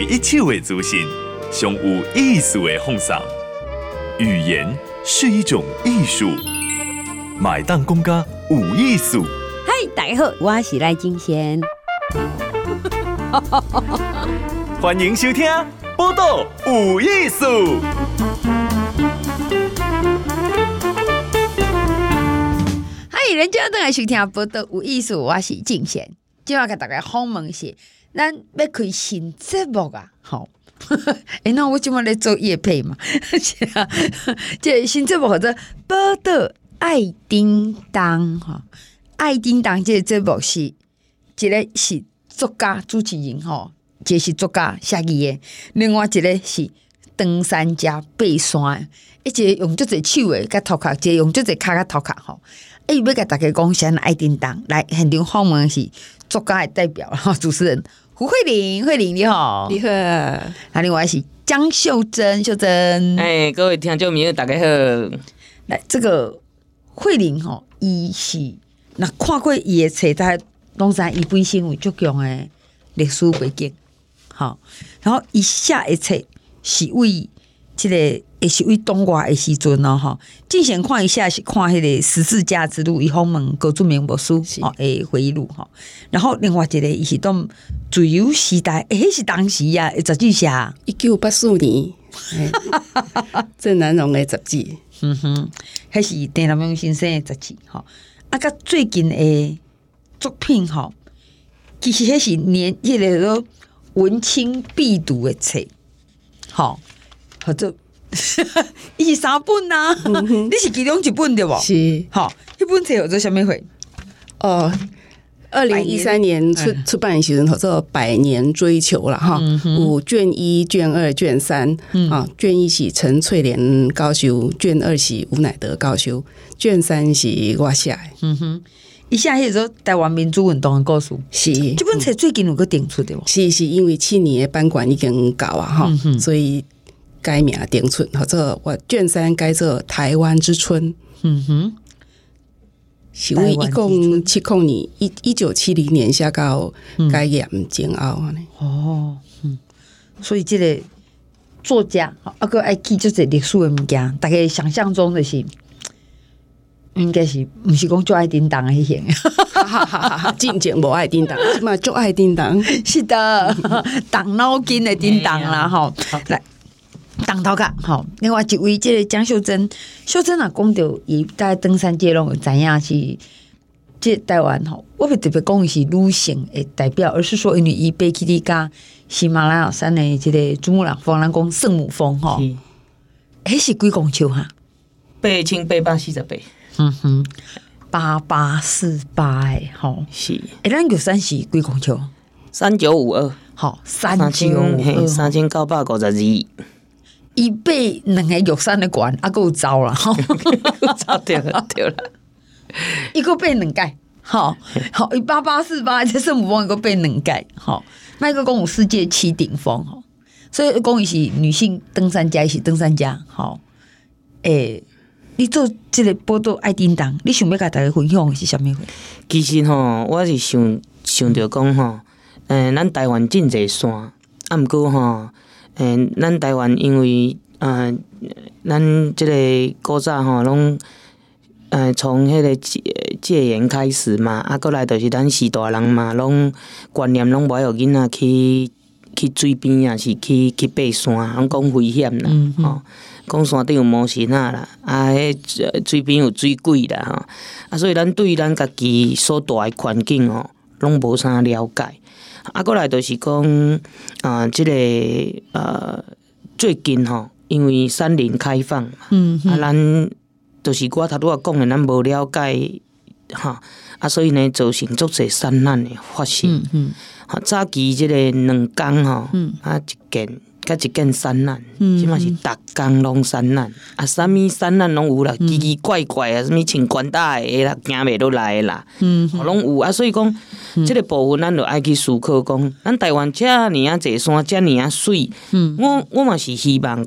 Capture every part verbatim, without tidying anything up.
一手的资讯，上有意思的放送。语言是一种艺术，买当讲甲有意思。 嗨，大家好，我是赖金贤。 欢迎收听《报道有意思》。 嗨，人家都来收听《报道有意思》，我是金贤。今晚给大家访问是，咱要开新节目啊，好。哎、欸，那我今晚来做业配嘛？是啊，这新节目叫做《报道爱叮当》哈，《爱叮当》这个节目是一个是作家主持人吼，一个是作家写字的，另外一个是登山家爬山，一个用足侪手的甲头壳，一个用足侪骹甲头壳吼。哎，要甲大家讲啥爱叮当，来现场访问是作家的代表哈，主持人。胡慧玲，慧玲你好， 你好。 那另外是江秀珍，秀珍， 哎，各位听众朋友大家好。 来，这个慧玲吼，伊是那看过伊的册，大家拢知伊本身有足强的历史背景，好，然后伊写的册是为这个。也是为东外的时阵哦，哈，之前看一下是看迄个十字架之路，伊访问高祖明博士哦诶回忆录哈。然后另外一个伊是当自由时代，诶、欸，迄是当时啊，杂志社， 一九八四年，郑南榕的杂志， 嗯哼，迄是郑南榕先生的杂志哈。啊，甲最近的作品哈，其实迄是年迄个说文青必读的册，好，或者。伊是三本啊，嗯、你是其中一本对不？ 是， 好，迄本册叫做什么会？ 哦，二零一三年出出版的时阵叫做《百年追求》啦哈，有卷一、卷二、卷三、嗯、啊，卷一是陈翠莲教授，卷二是吴乃德教授，卷三是我写的。 嗯哼，伊写迄个台湾民主运动的故事， 是这本册最近有个定出对不？ 是是因为去年的版权已经到啊哈、嗯，所以。改名定出，或者我卷三改做台湾之春，嗯哼，是为一共七零年一一九七零年写到改严前后呢、 嗯。哦，嗯，所以这个作家啊，个爱记这些历史的物件，大家想象中的是，应该是不是讲就爱叮当的迄型？ 哈哈哈哈！进前无爱叮当，起码就爱叮当。 是的，动脑筋的叮当啦，哈、欸，来。当头壳好，另外一位这个江秀珍，秀珍啊，讲到伊在登山界拢有知影是这台湾吼，我不特别讲伊是女性的代表，而是说因为伊爬起哩甲喜马拉雅山的这个珠穆朗峰，咱讲圣母峰吼，迄是几公尺哈？ 八千八百四十八。 嗯哼，八八四八诶，吼是。 诶，咱玉山是几公尺？ 三九五二。 好，三九五二， 三千九百五十二。 伊爬两个玉山的关，啊，还有走啦， 走对了对了， 伊个爬两届，好，好，伊八八四八这圣母峰伊个爬两届，好，那个讲有世界七顶峰，吼，所以讲伊是女性登山家，伊是登山家，好，诶、欸，你做这个报道爱叮当，你想要甲大家分享的是啥物？ 其实吼，我是想想着讲吼，诶、呃，咱台湾真侪山，啊，毋过吼。诶，咱台湾因为呃，咱即个古早吼，拢呃从迄个戒戒严开始嘛，啊，过来就是咱士大人嘛，拢观念拢无爱互囡仔去去水边啊，是去去爬山，拢讲危险啦，吼、嗯，讲、哦、山顶有魔神啊啦，啊，迄水边有水鬼啦，吼，啊，所以咱对咱家己所住的环境吼，拢无啥了解。啊，过来就是讲，啊，即、這個呃，最近吼，因为山林开放嘛，嗯，啊，咱就是我头拄仔讲的，咱无了解，哈，啊，所以呢，造成足侪山难的发生，嗯嗯，哈，早期即个两工吼，嗯，啊，一件。甲一件山难，即嘛是逐工拢山难，啊，啥物山难拢有啦，奇奇怪怪啊，啥物穿管带的啦，行袂落来的啦，嗯，拢有啊，所以讲，即、這個部分咱就爱去思考讲，咱台湾遮尔啊济山，遮尔啊水，嗯，我我嘛是希望讲，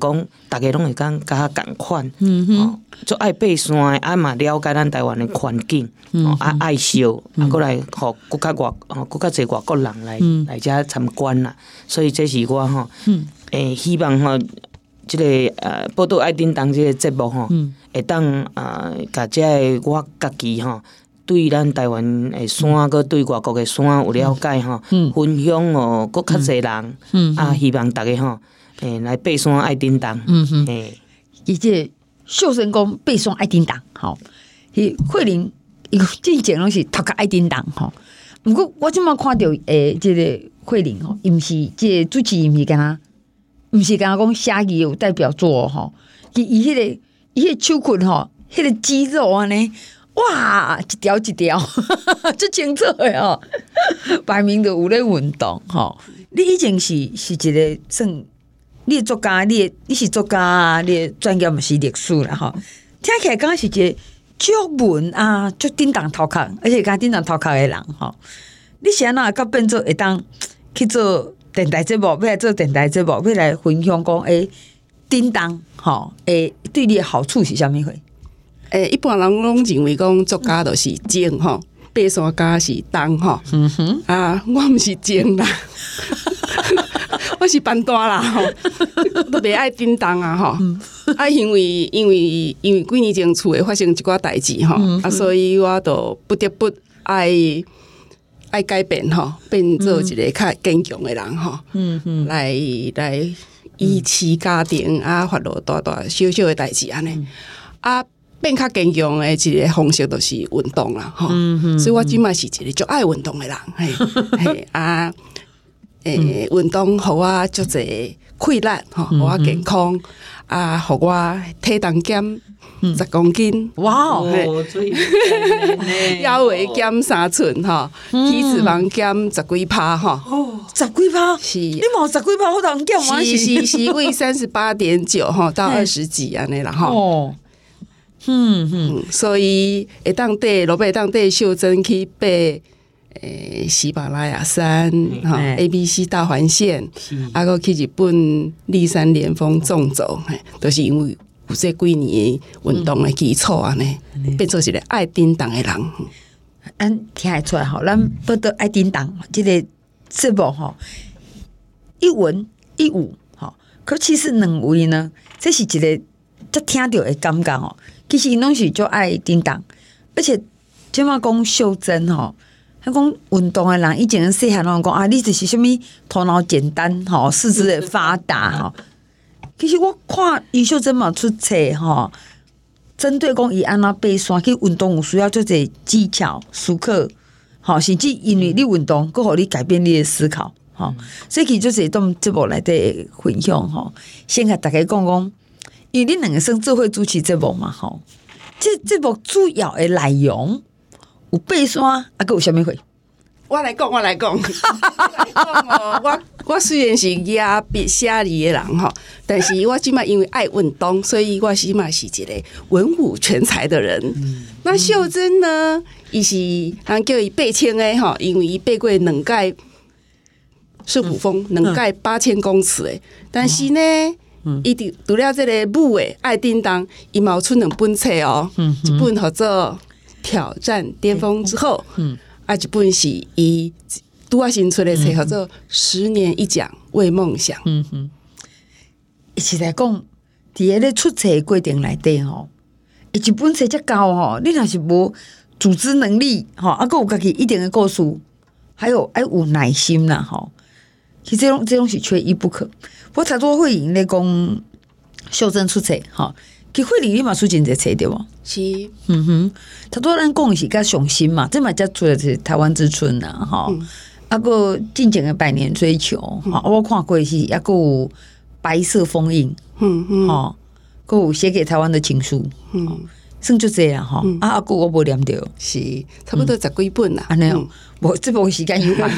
大家拢会讲甲较共款， 嗯哼， 就爱爬山的，啊嘛了解咱台湾的环境，哦啊爱烧，啊过来互国较外哦国较侪外国人来来遮参观啦，所以这是我吼，诶希望吼。即、這个呃，报道爱叮当即个节目吼，会当呃，甲即个我家己吼，对咱台湾诶山，佮对外国诶山有了解吼，分享哦，佮较侪人，啊，希望大家吼，诶，来爬山爱叮当，诶， 伊即秀生讲爬山爱叮当，吼，伊慧玲伊进前拢是头壳爱叮当，吼。毋过我即摆看到诶，即个慧玲吼，伊毋是即个主持，伊毋是干呐。毋是刚刚讲写字有代表作吼，伊伊迄个伊迄个手棍吼，迄个肌肉安尼，哇，一条一条，足清楚诶吼，摆明就有咧运动吼。你以前是是一个算，你作家，你你是作家，你专业嘛是历史啦吼。听起来敢是一个足文啊，足叮当头壳，而且敢叮当头壳诶人吼。你是安怎甲变做会当去做？电台节目，要来做电台节目，要来分享讲诶，叮当吼，诶，对你的好处是啥物货？ 诶，一般人拢认为讲作家就是静吼，爬山家是动吼。嗯哼，啊，我毋是静啦，我是班大啦吼，都袂爱叮当啊吼。啊，因为因为因为几年前厝诶发生一寡代志吼，啊，所以我就不得不爱。爱改变吼，变做一个较坚强的人吼，嗯嗯，来来维持家庭啊，发落大大小小的代志安尼，啊，变较坚强的一个方式就是运动啦吼，所以我即卖是一个足爱运动的人，嘿，嘿啊，诶，运动互我足侪快乐吼，互我健康啊，互我体重减。十公斤， 哇哦！ 腰围减三寸吼，体脂肪减十几趴吼， 哦，十几趴是， 你冇十几趴好难减嘛？ 是是是，为三十八点九吼到二十几安尼啦吼。哦，嗯嗯，所以会当缀罗贝当缀秀珍去爬诶喜马拉雅山哈 A B C 大环线，啊个去日本立山连峰纵走，都是因为。有这几年运动的基础安尼，变做一个爱叮当的人。 咱听得出来吼，咱报道爱叮当，这个节目吼，一文一武吼，可其实两位呢，这是一个则听到的感觉吼。其实因拢是就爱叮当，而且即马讲秀珍吼，他讲运动的人以前细汉拢讲啊，你就是啥物头脑简单吼，四肢也发达吼。其实我看余秀珍嘛出册吼，针对讲伊安怎爬山去运动有需要做者技巧、思考，吼，甚至因为你运动，佮互你改变你的思考，吼、嗯，所以其实就是一档节目内底分享吼。先甲大家讲讲，因为你两个算做伙主持节目嘛，吼，这节目主要的内容有爬山，啊，佮有啥物货？ 我来讲，我来讲，我来讲哦，我我虽然是亚笔写字的人吼，但是我即摆因为爱运动，所以我起码是一个文武全才的人。嗯、那秀珍呢，伊是人叫伊八千的吼，因为伊爬过两届顺虎峰，两届八千公尺的，但是呢。伊除除了这个武的爱叮当，伊嘛有出两本册哦，嗯、一本叫做《挑战巅峰之后》，嗯，啊一本是伊拄啊新出的册，叫做《十年一奖为梦想》。嗯哼， 一起来讲，伫个咧出册的过程内底吼，一本册才高吼，你若是无组织能力吼，啊，佮有家己一定的故事，还有爱有耐心啦吼。其实这种这种是缺一不可。我才多慧玲咧讲秀珍出册吼，其实慧玲你嘛出真侪册对无？ 是， 嗯哼，他多咱讲是较上心嘛，这嘛才出的是台湾之春呐吼，嗯、啊个进前的百年追求，嗯、我看过是啊个有白色封印，嗯嗯，吼，个有写给台湾的情书，嗯。算就这样吼，啊啊个我无念着， 是差不多十几本啦。 安尼哦，无这无时间有嘛，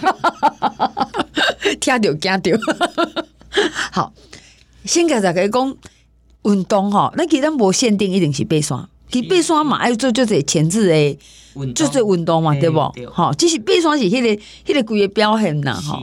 听着惊着。好，先甲大家讲运动吼，咱其实咱无限定一定是爬山，其实爬山嘛爱做做者前置的，做做运动嘛，对无？吼，只是爬山是迄个迄个规个表现啦，吼。你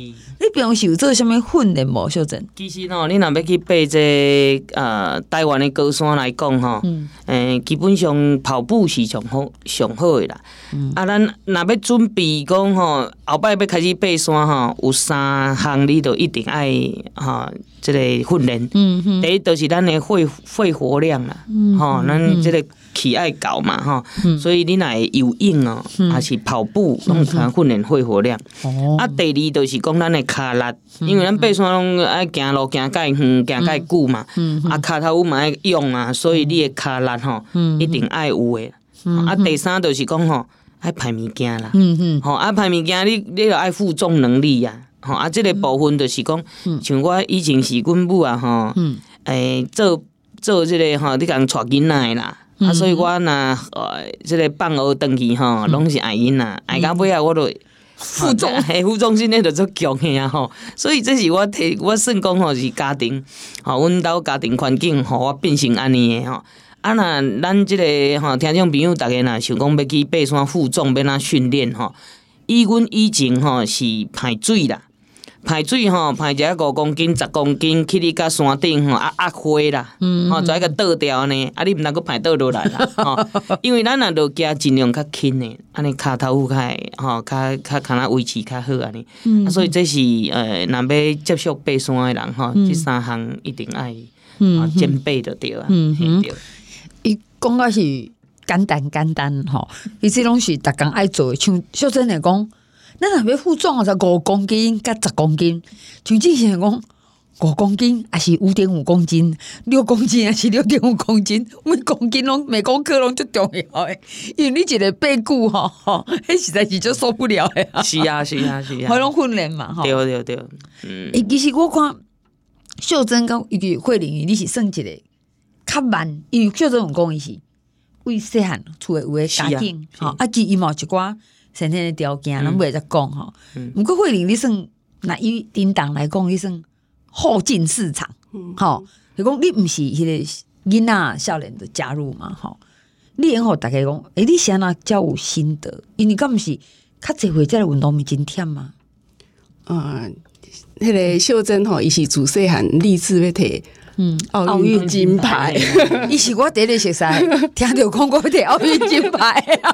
平时有做啥物训练无？秀珍？ 其实吼，你若要去爬这呃台湾的高山来讲吼，嗯，诶、呃，基本上跑步是上好上好的啦。嗯、啊，咱若要准备讲吼，后摆要开始爬山吼，有三项你都一定爱吼，即、这个训练。嗯嗯。第一就是咱的肺肺活量啦，嗯，吼，咱即个气爱够嘛吼，嗯、所以你若会游泳哦，还、嗯、是跑步，拢通训练肺活量。哦。啊，第二就是讲咱的骹力，因为咱爬山拢爱行路行介远，行介久嘛，嗯嗯、啊骹头嘛爱用啊，所以你的骹力吼，嗯、一定爱有的。嗯、啊，第三就是讲吼，爱排物件啦，嗯嗯，吼啊排物件，你你著爱负重能力啊，吼啊，即、這个部分就是讲，嗯、像我以前是阮母啊，吼，嗯，诶、欸，做做即、這個吼，你共帶囡仔啦，嗯、啊，所以我若呃，即、這個放學轉去吼，攏是愛囡仔，愛到尾啊，我都負重， 嘿，負重訓練著足強的啊，吼，所以這是我提，我算講吼是家庭，吼，阮兜家庭環境，互我變成安尼的吼。啊，若咱即、這個吼聽眾朋友，逐個若想講要去爬山負重，要哪訓練吼？以阮以前吼是排水啦，排水吼排一個五公斤、十公斤，去你甲山頂吼啊壓花啦，吼就一個倒掉呢，啊你毋通閣排倒落來啦，吼，因為咱若落行盡量較輕的，安尼骹頭較會吼較較敢若維持較好安尼，嗯、啊所以這是呃若要接觸爬山的人吼，即、嗯、三項一定愛啊兼備就對啊，嗯嗯對。 伊講個是簡單簡單吼，伊即攏是逐工愛做的。像秀珍來講，咱若要負重就五公斤甲十公斤，像之前講五公斤還是五點五公斤，六公斤還是六點五公斤，每公斤攏每公克攏最重要的。因為你一個背骨吼吼，迄實在是就受不了的。 是啊是啊是啊， 迄攏訓練嘛吼。 對對對，嗯。 誒，其實我看秀珍甲伊個慧玲，你是算一個。較慢，因為秀珍有講伊是為細漢厝誒有誒家境，吼啊，其伊嘛有一寡先天誒條件，咱袂再講吼。毋過慧玲，你算若以叮當來講，你算後進市場，吼、嗯，就講你毋是迄個囡仔少年就加入嘛，吼。你然後大家講，誒，你是安怎較有心得？因為敢毋是較濟歲才來運動咪真忝嘛？ 嗯，迄個秀珍吼，伊是自細漢立志要摕。嗯，奧運金牌， 伊是我第一個熟悉，聽到講過摕奧運金牌。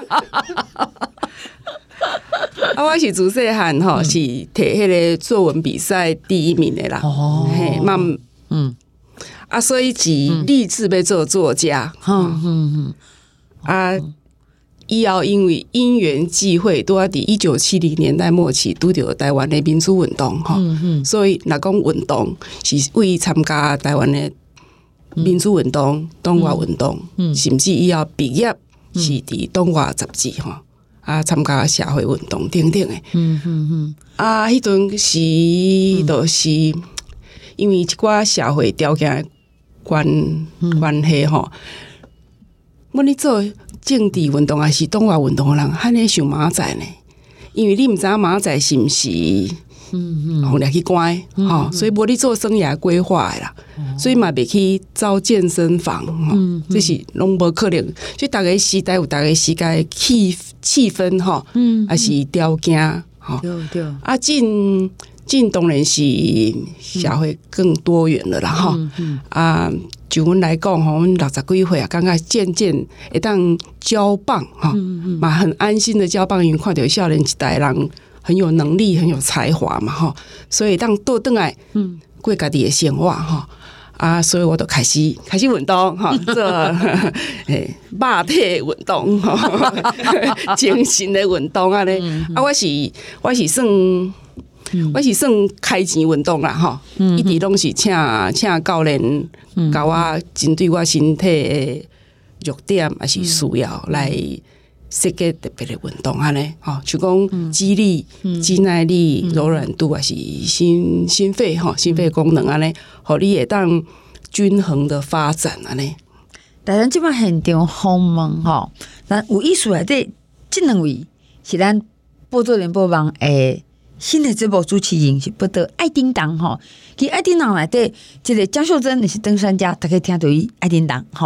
啊，我是自細漢吼，是摕迄個作文比賽第一名的啦。哦，嘿，嘛，嗯，啊，所以是立志要做作家。嗯嗯嗯，啊，以後因為因緣際會，拄啊，佇一九七零年代末期，拄着台灣的民主運動吼，嗯嗯、所以若講運動是為參加台灣的民主運動、黨外運動，嗯、甚至以後畢業是佇黨外雜誌吼，啊，參加社會運動等等的。嗯嗯嗯、啊，迄陣時就是因為一寡社會條件的關關係吼，阮咧做政治運動還是黨外運動的人，遐尼想馬仔呢？因為你毋知影馬仔是毋是，嗯嗯，互掠去關吼，所以無你做生涯規劃的啦，嗯、所以嘛袂去走健身房，吼、嗯，這是攏無可能。所以逐個時代有逐個時代氣氣氛吼，嗯，還是條件吼，對對。啊，進進當然是社會更多元了啦，吼、嗯嗯，啊。就阮來講吼，阮六十幾歲啊，感覺漸漸會當交棒哈，嘛、嗯嗯、很安心的交棒，因為看到少年一代人很有能力、很有才華嘛吼，所以當倒轉來過家己的生活哈啊，所以我就開始開始運動哈，做誒肉體運動哈，精神的運動啊咧，啊我是我是算。嗯、我是算開錢運動啦，吼、嗯，一直攏是請請教練教我針對我身體的弱點還是需要來設計特別的運動安尼，吼，像講肌力、肌耐力、柔軟度還是心心肺吼，心肺功能安尼，互你會當均衡的發展安尼。 但咱即擺現場訪問吼，咱有意思內底，即兩位是咱報道聯播網誒。新的節目主持人是報道愛叮當吼，其實愛叮當內底，即個江秀珍你是登山家，大家聽到伊愛叮當吼，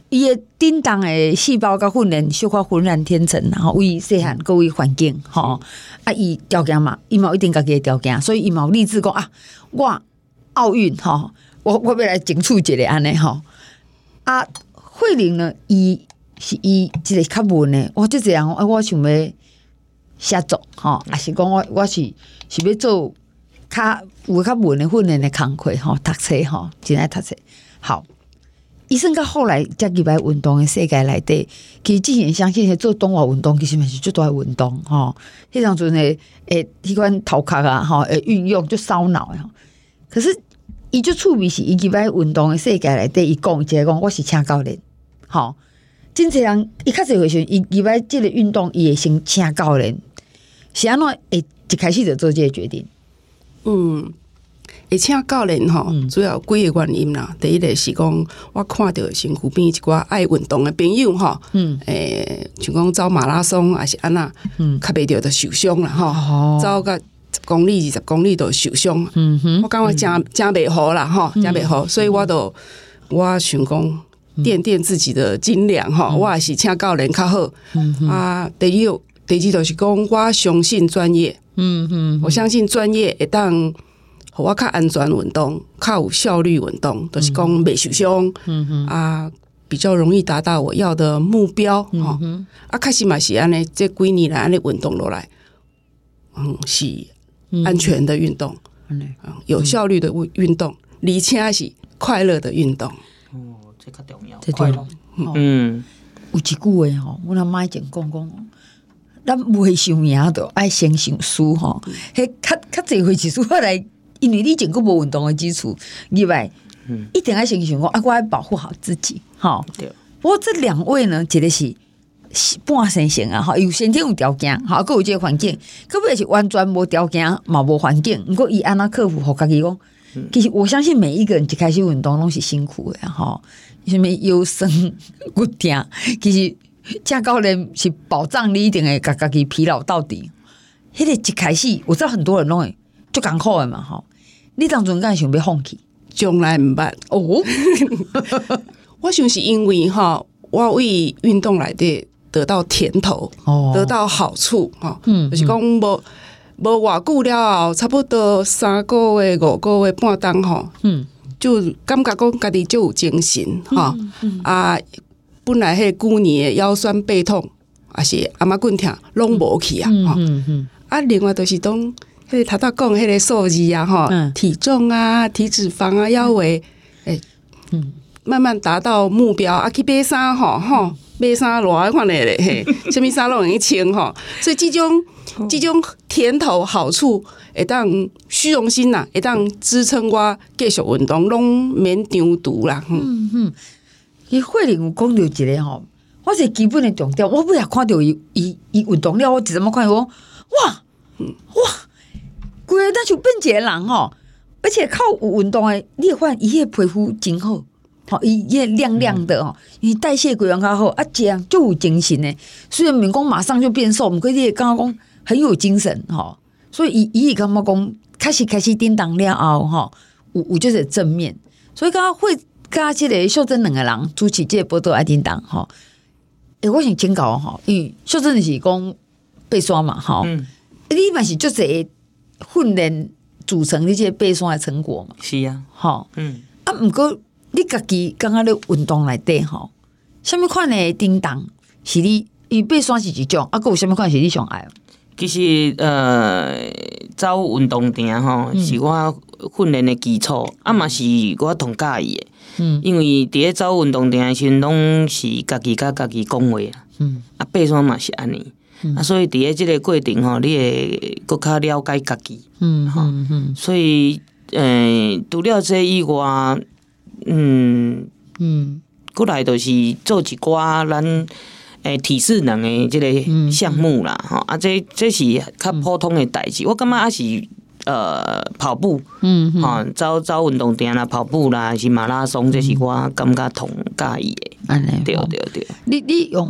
伊诶叮当诶细胞甲训练小可浑然天成，然后为细汉各位环境吼，啊伊条件嘛，伊嘛有一定家己诶条件，所以伊嘛有立志讲啊，我奥运吼，我我要来争取一个安尼吼。啊，慧玲呢，伊是伊一个较文诶，我就这样，啊，我想要写作吼，也是讲我我是是要做较有较文诶训练诶工课吼，读册吼，真爱读册，好。医生到后来才入来运动的世界内底，其实之前相信做动物运动，其实嘛是最大的运动吼。迄当阵的诶，迄款头壳啊，吼，诶运用就烧脑啊。可是伊就趣味是，伊入来运动的世界内底，伊讲一个讲我是请教练，吼，真侪人一开始会选，伊入来这个运动，伊会先请教练，是安怎会一开始就做这个决定？ 嗯。会请教练吼，主要有几个原因啦。第一个是讲，我看到身躯边一寡爱运动的朋友吼，嗯，诶，像讲走马拉松还是安那，嗯，较袂着就受伤啦吼，走个十公里、二十公里就受伤，嗯哼，我感觉真真袂好啦吼，真袂好，所以我就我想讲垫垫自己的斤两吼，我也是请教练较好，嗯啊，第二第二就是讲我相信专业，嗯嗯，我相信专业会当。我较安全运动，较有效率运动，就是讲袂受伤，嗯哼啊，比较容易达到我要的目标，嗯哼啊，确实嘛是安尼，这几年来安尼运动落来，嗯，是安全的运动，嗯，有效率的运动，而且是快乐的运动。 哦，这较重要， 快乐。嗯，有一句话吼，我阿妈以前讲讲。咱袂想赢着，爱先想输吼。迄较较侪回事，我来。因为你整个无运动的基础，另外，嗯、一定要先想讲啊，我要保护好自己，哈。对。不过这两位呢，一个是半先生啊，哈，有先天有条件，哈，各有这个环境，可不可以是完全无条件嘛无环境？不过伊安那克服，互家己讲，其实我相信每一个人一开始运动拢是辛苦的，哈，什么腰酸骨痛，其实请教练是保障你一定会甲家己疲劳到底。迄、那个一开始，我知道很多人拢会。就艰苦的嘛，吼！你当阵敢想要放弃？ 从来唔捌哦。我想是因为哈，我为运动来的得到甜头，哦、得到好处哈。嗯，就是讲无无偌久了后，差不多三个月、五个月半当吼，嗯，就感觉讲家己就有精神哈、嗯嗯。啊，本来迄旧年的腰酸背痛，还是阿妈棍痛，拢无去啊。嗯嗯嗯。啊，另外就是当。迄个头头讲迄个数字啊，吼、嗯，体重啊、体脂肪啊、腰围，诶、欸，嗯，慢慢达到目标啊，去买衫吼，吼，买衫偌款诶咧，嘿，什么衫拢用穿吼，所以这种这种甜头好处，会当虚荣心呐，会当支撑我继续运动，拢免张毒啦。嗯嗯，伊慧玲有讲到一个吼，我是基本的重点，我尾也看到伊伊伊运动了，我就怎么看伊讲，哇，嗯，哇。规个咱就变一个人吼，而且靠有运动诶，你会发现伊个皮肤真好，吼，伊伊亮亮的哦，伊代谢规样较好，啊，这样就有精神诶。虽然免讲马上就变瘦，毋过你会感觉讲很有精神吼。所以伊伊感觉讲开始开始叮当了后吼，有有就是正面。所以刚刚会甲即个秀珍两个人主持即个报道爱叮当吼。诶、欸，我想请教吼，因为秀珍是讲爬山嘛吼，嗯、你嘛是足侪。训练组成你这爬山的成果嘛？ 是啊， 吼，嗯，啊，不过你家己刚刚咧运动内底吼，什么款的叮当是你？因为爬山是一种，啊，佮有什么款是你上爱？ 其实呃，走运动场吼，是我训练的基础，嗯、啊嘛是我同介意的。嗯，因为伫咧走运动场的时阵，拢是家己甲家己讲话啦。嗯，啊，爬山嘛是安尼。嗯、啊，所以伫咧即个过程吼，你会更较了解家己，嗯吼、嗯嗯，所以诶，除了这以外，嗯嗯，过来就是做一寡咱诶体适能诶即个项目啦，吼、嗯嗯、啊，这这是较普通诶代志，我感觉还是呃跑步，嗯吼、嗯，走走运动场啦，跑步啦，还是马拉松，这是我感觉同介意诶，安尼，对对对， 你你用。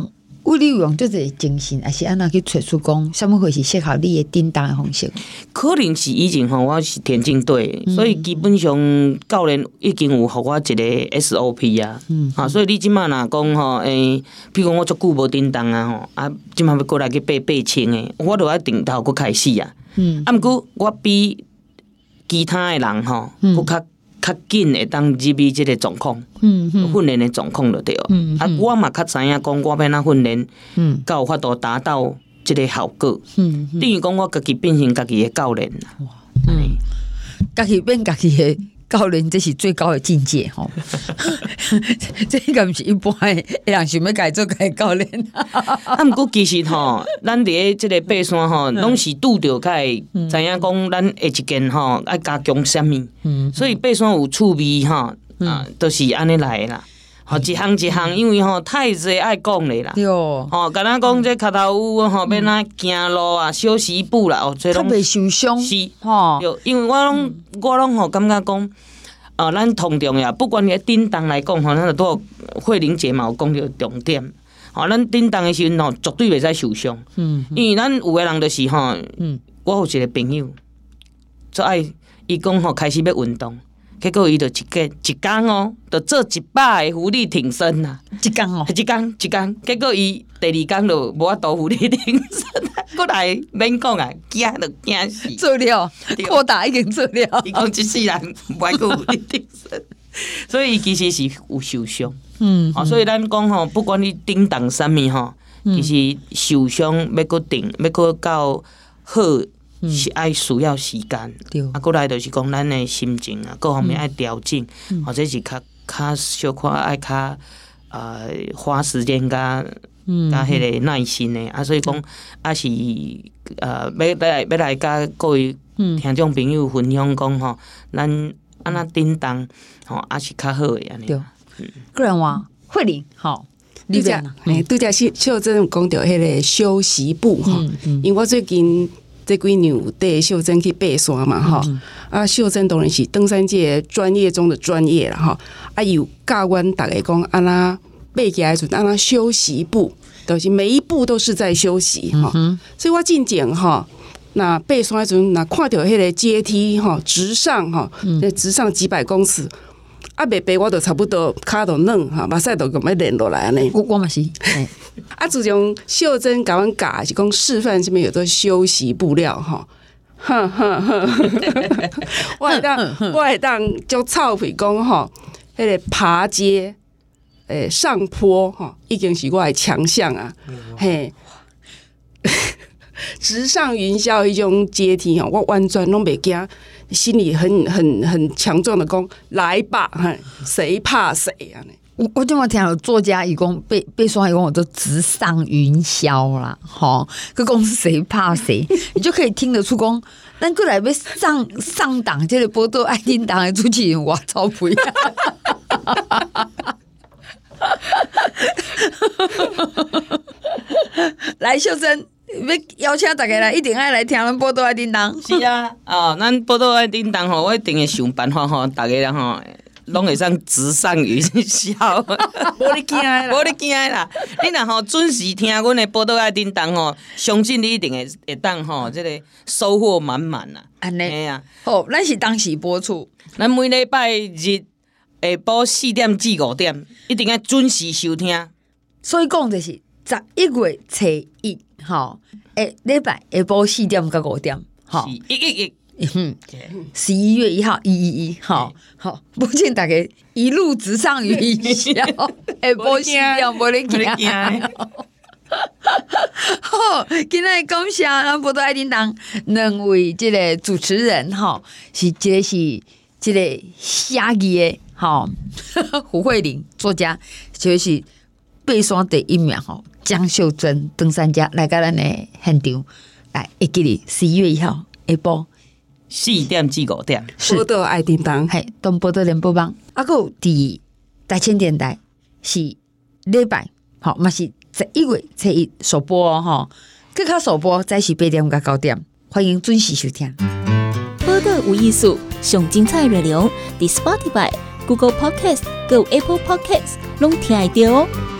为你有用这个精神，还是安那去揣出讲，什么会是适合你的叮当的方式？ 可能是以前吼，我是田径队，嗯、所以基本上教练已经有互我一个 S O P 啊。嗯，啊，所以你即马若讲吼，诶、欸，比如讲我足久无叮当啊吼，啊，即马要过来去爬爬青诶，我著爱定头佫开始啊。嗯，啊，毋过我比其他诶人吼，佫较较紧会当入去即个状况，嗯嗯，训练诶状况就对了。嗯，啊，我嘛较知影讲我要哪训练，嗯，才有法度达到即个效果。嗯，等于讲我家己变成家己诶教练啦。哇， 嗯，家己变家己诶教练，这是最高的境界吼。这个毋是一般诶人想要家做家教练。 啊，毋过其实吼，咱伫咧即个爬山吼，拢是拄着较会知影讲咱下一件吼爱加强啥物。嗯，所以爬山有趣味吼，啊，都、就是安尼来啦。吼，一项一项，因为吼太济爱讲咧啦。 对哦。 吼，敢若讲这脚头有吼，要哪行路啊，小时步啦，哦，这拢。 较袂受伤。 是。吼。对，因为我拢我拢吼感觉讲。啊，咱同重要，不管你叮当来讲吼，咱都有慧玲姐嘛有讲到重点。吼，咱叮当的时阵吼，绝对袂使受伤。嗯，因为咱有个人就是吼，嗯，我有一个朋友，最爱伊讲吼，开始要运动，结果伊就一个一工哦，就做一百个浮力挺身啦。 一工哦， 一工一工，结果伊第二工就无法度浮力挺身，过来免讲啊，惊就惊死。 做了，扩大已经做了。 伊讲一世人唔爱过浮力挺身，所以伊其实是有受伤。嗯，哦，所以咱讲吼，不管你叮当啥物吼，其实受伤要搁定，要搁到好。是爱需要时间，啊，过来就是讲咱的心情啊，各方面爱调整，嗯、或者是较较小可爱较呃花时间加加迄个耐心的，啊，所以讲啊是呃要来要来甲各位听众朋友分享讲吼，咱安那叮当吼啊是较好的安尼。 对，个人话慧玲好。 拄则诶，拄则秀秀珍有讲到迄个休息步吼，因为我最近。这几年有带秀珍去爬山嘛，哈、嗯、啊，秀珍当然是登山界专业中的专业啦，哈啊，有教阮大家讲安那爬起来时阵安那休息步，就是每一步都是在休息哈、嗯。所以我进前哈，那爬山时阵，那看到迄个阶梯哈，直上哈，嗯、直上几百公尺。啊，袂爬我就差不多骹就软哈，目屎就咁样连落来安尼。 我我嘛是。 啊，自从秀珍甲阮教是讲示范什么有做休息布料哈，哼哼哼，我会当我会当就臭屁讲吼，迄个爬阶诶上坡哈，已经是我的强项啊，嘿。直上云霄迄种阶梯吼，我完全拢袂惊，心里很很很强壮的讲来吧，谁怕谁啊？ 我我就嘛听到作家伊讲被被说伊讲我都直上云霄啦，吼，佮讲谁怕谁，你就可以听得出讲，咱过来要上上档这个波多爱丁档的主持人，我超不一样。来，秀珍。要邀请大家来，一定爱来听咱报道爱叮当。 是啊，哦，咱报道爱叮当吼，我一定会想办法吼，大家人吼，拢会上直上云霄。 无你惊啦， 无你惊啦！你若吼准时听阮的报道爱叮当吼，相信你一定会会当吼，这个收获满满啦。 安尼，啊，好，咱是当时播出， 咱每礼拜日下晡四点至五点，一定要准时收听。 所以讲就是十一月初一。好，诶，礼拜下晡四点到五点，好， 一一一， 嗯，十一月一号，一一一，好好，不见大家一路直上云霄，下晡四点无你惊。好，今日感谢咱报道爱叮当两位这个主持人哈，是这个是这个写字的哈，胡慧玲作家，就是爬山第一名哈。江秀珍登山家来到咱的现场，来，会记哩十一月一号下晡四点至五点， 报道爱叮当， 系东报道联播网，啊个第大千电台是礼拜，好嘛是十一月初一首播哦，吼，更较首播再是八点到九点，欢迎准时收听。 报道有艺术，上精彩内容，伫 Spotify、Google Podcast、有 Apple Podcast 拢听得到哦。